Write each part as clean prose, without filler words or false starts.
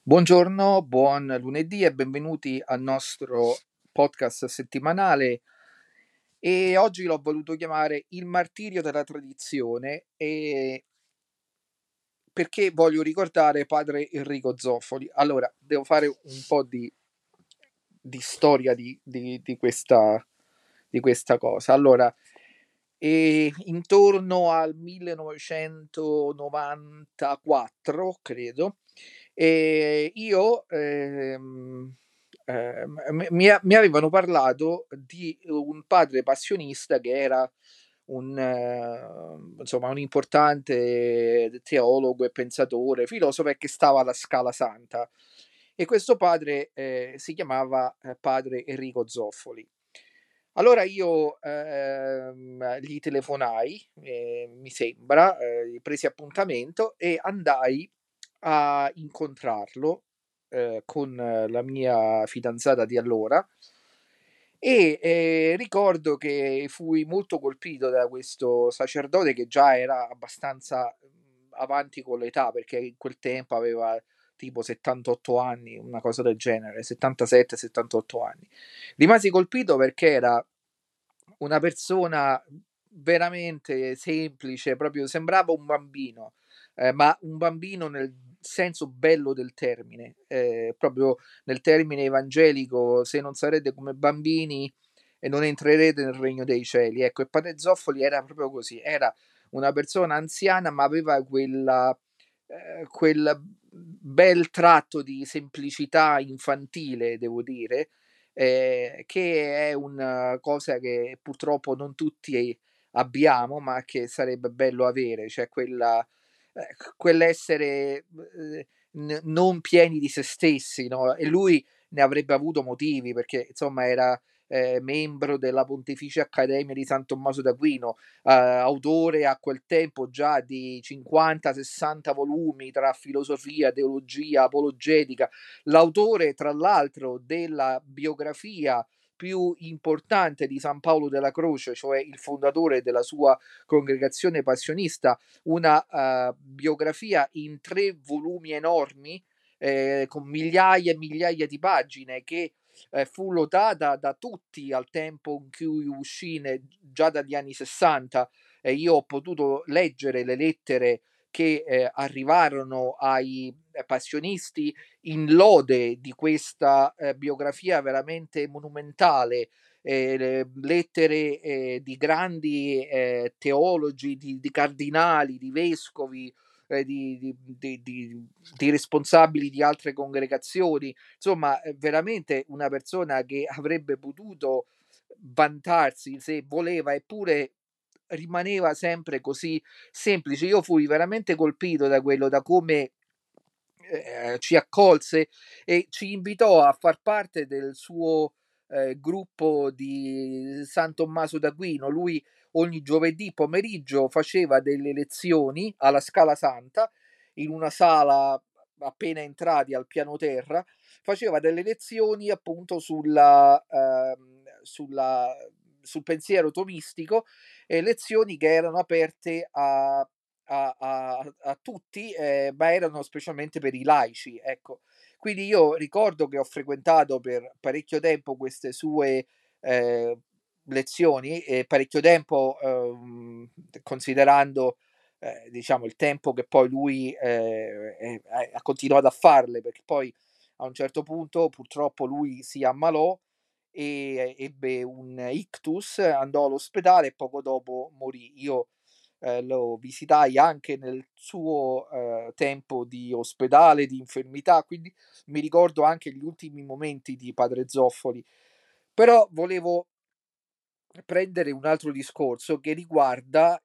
Buongiorno, buon lunedì e benvenuti al nostro podcast settimanale. E oggi l'ho voluto chiamare Il martirio della tradizione, perché voglio ricordare padre Enrico Zoffoli. Allora, devo fare un po' di storia di questa cosa. Allora, intorno al 1994, credo, io, mi avevano parlato di un padre passionista che era insomma, un importante teologo e pensatore, filosofo, e che stava alla Scala Santa. E questo padre, si chiamava, padre Enrico Zoffoli. Allora io, gli telefonai, mi sembra, gli presi appuntamento e andai a incontrarlo, con la mia fidanzata di allora ricordo che fui molto colpito da questo sacerdote che già era abbastanza, avanti con l'età, perché in quel tempo aveva tipo 78 anni, una cosa del genere, 77, 78 anni. Rimasi colpito perché era una persona veramente semplice, proprio sembrava un bambino, ma un bambino nel senso bello del termine, proprio nel termine evangelico: "Se non sarete come bambini e non entrerete nel regno dei cieli". Ecco, e padre Zoffoli era proprio così, era una persona anziana, ma aveva quel bel tratto di semplicità infantile, devo dire, che è una cosa che purtroppo non tutti abbiamo, ma che sarebbe bello avere, cioè quell'essere, non pieni di se stessi, no, e lui ne avrebbe avuto motivi perché insomma era, membro della Pontificia Accademia di San Tommaso d'Aquino, autore a quel tempo già di 50, 60 volumi tra filosofia, teologia, apologetica, l'autore tra l'altro della biografia più importante di San Paolo della Croce, cioè il fondatore della sua congregazione passionista, una, biografia in 3 volumi enormi, con migliaia e migliaia di pagine che, fu lodata da tutti al tempo in cui uscì già dagli anni '60, e io ho potuto leggere le lettere che, arrivarono ai passionisti in lode di questa, biografia veramente monumentale, le lettere, di grandi, teologi, di cardinali, di vescovi, di responsabili di altre congregazioni. Insomma, veramente una persona che avrebbe potuto vantarsi se voleva, eppure rimaneva sempre così semplice. Io fui veramente colpito da quello, da come, ci accolse e ci invitò a far parte del suo, gruppo di San Tommaso d'Aquino. Lui ogni giovedì pomeriggio faceva delle lezioni alla Scala Santa, in una sala appena entrati al piano terra, faceva delle lezioni appunto sul pensiero tomistico, lezioni che erano aperte a tutti, ma erano specialmente per i laici, ecco. Quindi io ricordo che ho frequentato per parecchio tempo queste sue, ehm, lezioni, e parecchio tempo, considerando, diciamo il tempo che poi lui, ha continuato a farle, perché poi a un certo punto purtroppo lui si ammalò e ebbe un ictus, andò all'ospedale e poco dopo morì. Io, lo visitai anche nel suo, tempo di ospedale, di infermità, quindi mi ricordo anche gli ultimi momenti di padre Zoffoli. Però volevo prendere un altro discorso che riguarda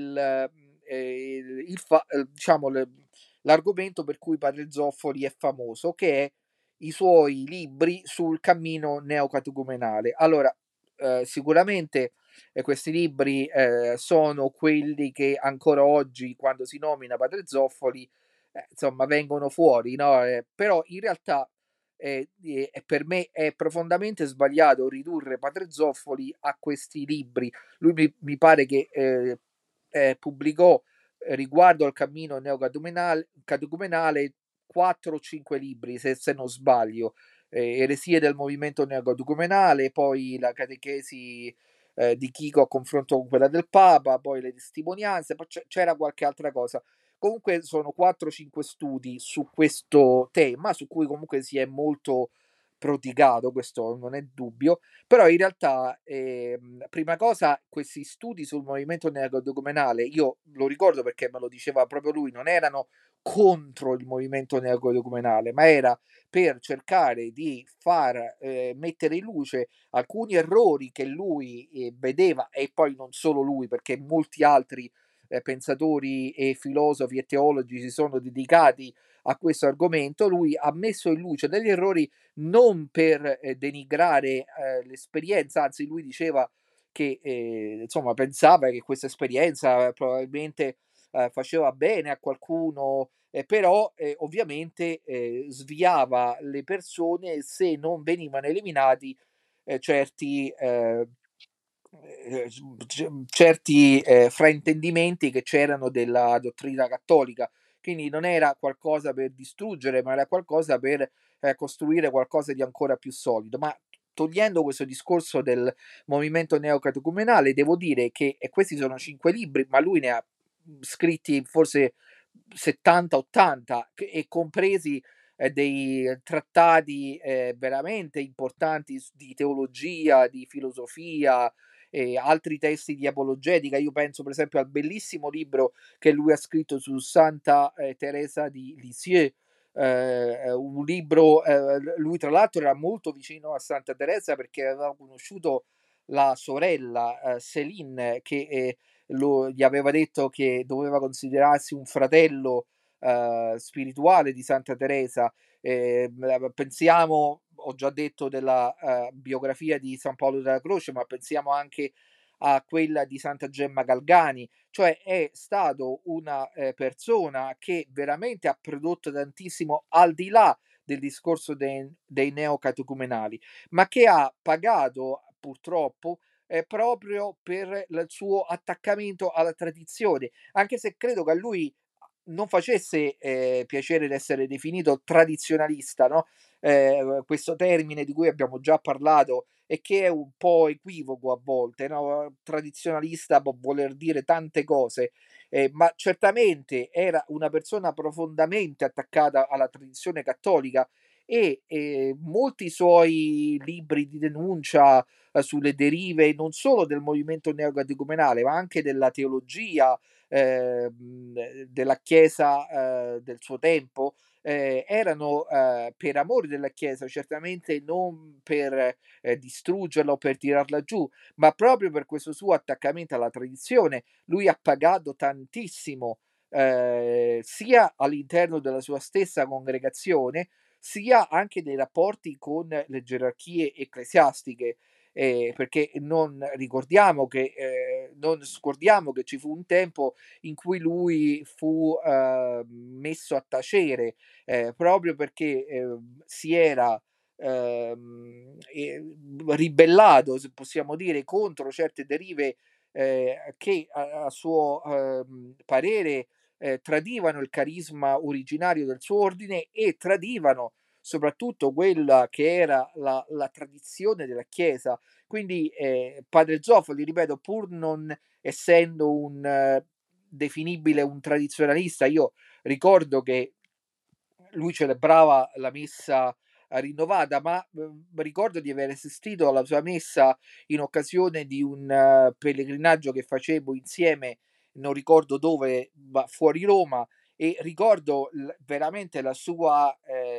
diciamo l'argomento per cui padre Zoffoli è famoso, che è i suoi libri sul cammino neocatecumenale. Allora, sicuramente, questi libri, sono quelli che ancora oggi, quando si nomina padre Zoffoli, insomma vengono fuori, no, però in realtà, e per me è profondamente sbagliato ridurre padre Zoffoli a questi libri. Lui mi pare che, pubblicò, riguardo al cammino neocatecumenale catecumenale 4 o 5 libri, se non sbaglio. Eresie del movimento neocatecumenale, poi la catechesi di Chico a confronto con quella del Papa, poi le testimonianze, poi c'era qualche altra cosa. Comunque sono 4-5 studi su questo tema, su cui comunque si è molto prodigato, questo non è dubbio, però in realtà, prima cosa, questi studi sul movimento neocatecumenale, io lo ricordo perché me lo diceva proprio lui, non erano contro il movimento neocatecumenale, ma era per cercare di far mettere in luce alcuni errori che lui vedeva, e poi non solo lui, perché molti altri pensatori e filosofi e teologi si sono dedicati a questo argomento. Lui ha messo in luce degli errori non per denigrare l'esperienza, anzi lui diceva che insomma pensava che questa esperienza probabilmente faceva bene a qualcuno, però ovviamente sviava le persone se non venivano eliminati certi certi fraintendimenti che c'erano della dottrina cattolica. Quindi non era qualcosa per distruggere, ma era qualcosa per costruire qualcosa di ancora più solido. Ma togliendo questo discorso del movimento neocatecumenale, devo dire che, e questi sono 5 libri, ma lui ne ha scritti forse 70-80, e compresi dei trattati veramente importanti di teologia, di filosofia e altri testi di apologetica. Io penso per esempio al bellissimo libro che lui ha scritto su Santa Teresa di Lisieux, un libro, lui tra l'altro era molto vicino a Santa Teresa perché aveva conosciuto la sorella Céline, che gli aveva detto che doveva considerarsi un fratello spirituale di Santa Teresa. Pensiamo, ho già detto della biografia di San Paolo della Croce, ma pensiamo anche a quella di Santa Gemma Galgani, cioè è stato una persona che veramente ha prodotto tantissimo al di là del discorso dei neocatecumenali, ma che ha pagato purtroppo proprio per il suo attaccamento alla tradizione, anche se credo che a lui non facesse piacere d'essere definito tradizionalista, no, questo termine di cui abbiamo già parlato e che è un po' equivoco a volte, no, tradizionalista può voler dire tante cose, ma certamente era una persona profondamente attaccata alla tradizione cattolica, e molti suoi libri di denuncia sulle derive non solo del movimento neocatecumenale, ma anche della teologia, della Chiesa del suo tempo, erano per amore della Chiesa, certamente non per distruggerla o per tirarla giù, ma proprio per questo suo attaccamento alla tradizione. Lui ha pagato tantissimo, sia all'interno della sua stessa congregazione, sia anche nei rapporti con le gerarchie ecclesiastiche. Perché non scordiamo che ci fu un tempo in cui lui fu messo a tacere, proprio perché si era ribellato, se possiamo dire, contro certe derive che a suo parere tradivano il carisma originario del suo ordine e tradivano soprattutto quella che era la tradizione della Chiesa. Quindi padre Zoffoli, ripeto, pur non essendo un definibile un tradizionalista, io ricordo che lui celebrava la messa rinnovata, ma ricordo di aver assistito alla sua messa in occasione di un pellegrinaggio che facevo insieme, non ricordo dove, ma fuori Roma, e ricordo veramente la sua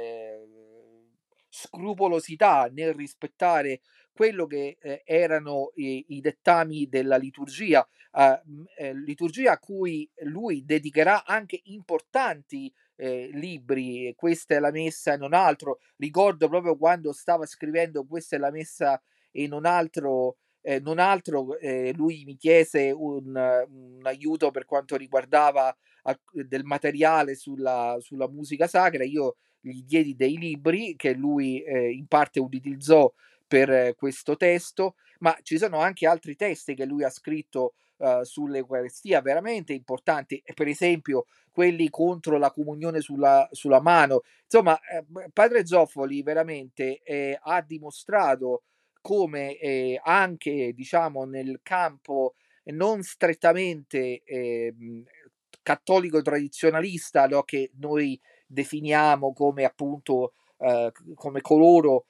scrupolosità nel rispettare quello che erano i dettami della liturgia, liturgia a cui lui dedicherà anche importanti libri, questa è la messa e non altro. Ricordo proprio quando stava scrivendo questa è la messa e non altro, lui mi chiese un aiuto per quanto riguardava del materiale sulla musica sacra. Io gli diedi dei libri che lui in parte utilizzò per questo testo, ma ci sono anche altri testi che lui ha scritto sull'Eucaristia veramente importanti, e per esempio quelli contro la comunione sulla mano. Insomma, padre Zoffoli veramente, ha dimostrato come, anche diciamo nel campo non strettamente, cattolico tradizionalista, no, che noi definiamo come appunto, come coloro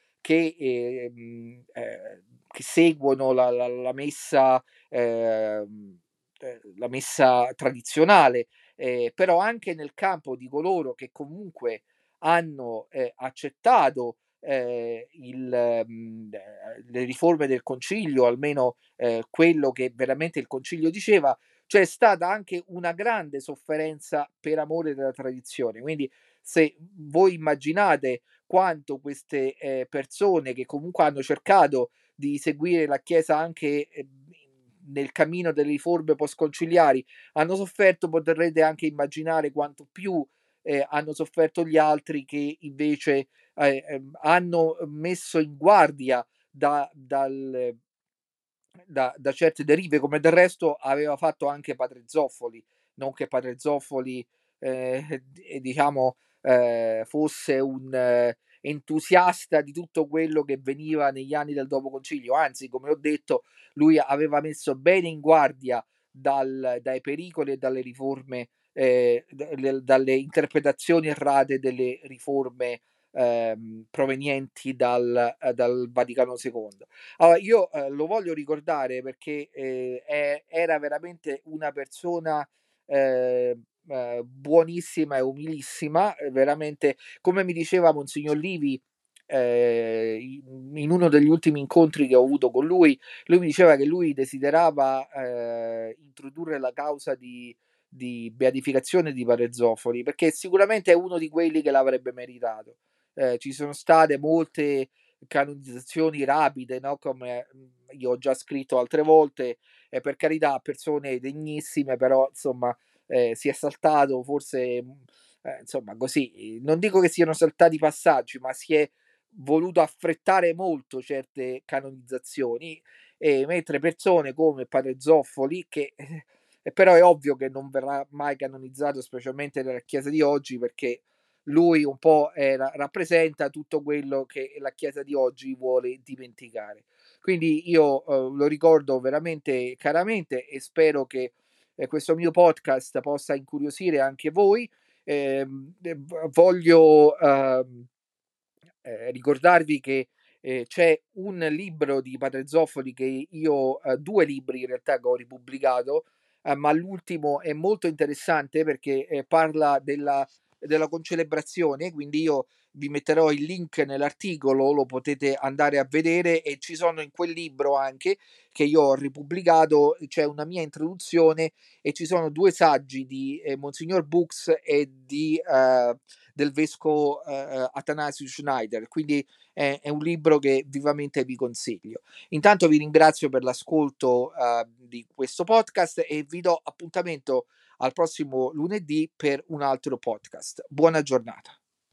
che seguono la messa, la messa tradizionale, però anche nel campo di coloro che comunque hanno, accettato, le riforme del concilio, almeno, quello che veramente il concilio diceva, c'è stata anche una grande sofferenza per amore della tradizione. Quindi se voi immaginate quanto queste, persone che comunque hanno cercato di seguire la Chiesa anche, nel cammino delle riforme postconciliari hanno sofferto, potrete anche immaginare quanto più, hanno sofferto gli altri che invece, hanno messo in guardia da certe derive, come del resto aveva fatto anche padre Zoffoli. Non che padre Zoffoli, diciamo, fosse un entusiasta di tutto quello che veniva negli anni del dopo concilio, anzi, come ho detto, lui aveva messo bene in guardia dai pericoli e dalle riforme, dalle interpretazioni errate delle riforme, provenienti dal Vaticano II. Allora io, lo voglio ricordare perché, era veramente una persona, buonissima e umilissima, veramente come mi diceva Monsignor Livi, in uno degli ultimi incontri che ho avuto con lui mi diceva che lui desiderava, introdurre la causa di beatificazione di padre Zoffoli, perché sicuramente è uno di quelli che l'avrebbe meritato. Ci sono state molte canonizzazioni rapide, no, come, io ho già scritto altre volte, e per carità persone degnissime, però insomma, si è saltato forse, insomma così, non dico che siano saltati i passaggi, ma si è voluto affrettare molto certe canonizzazioni, mentre persone come padre Zoffoli che però è ovvio che non verrà mai canonizzato, specialmente nella Chiesa di oggi, perché lui un po' rappresenta tutto quello che la Chiesa di oggi vuole dimenticare. Quindi io, lo ricordo veramente caramente e spero che, questo mio podcast possa incuriosire anche voi. Voglio, ricordarvi che, c'è un libro di padre Zoffoli che io 2 libri in realtà che ho ripubblicato, ma l'ultimo è molto interessante perché, parla della concelebrazione, quindi io vi metterò il link nell'articolo, lo potete andare a vedere e ci sono in quel libro anche, che io ho ripubblicato, c'è una mia introduzione e ci sono 2 saggi di, Monsignor Books e del vescovo, Athanasius Schneider, quindi è un libro che vivamente vi consiglio. Intanto vi ringrazio per l'ascolto, di questo podcast e vi do appuntamento al prossimo lunedì per un altro podcast. Buona giornata.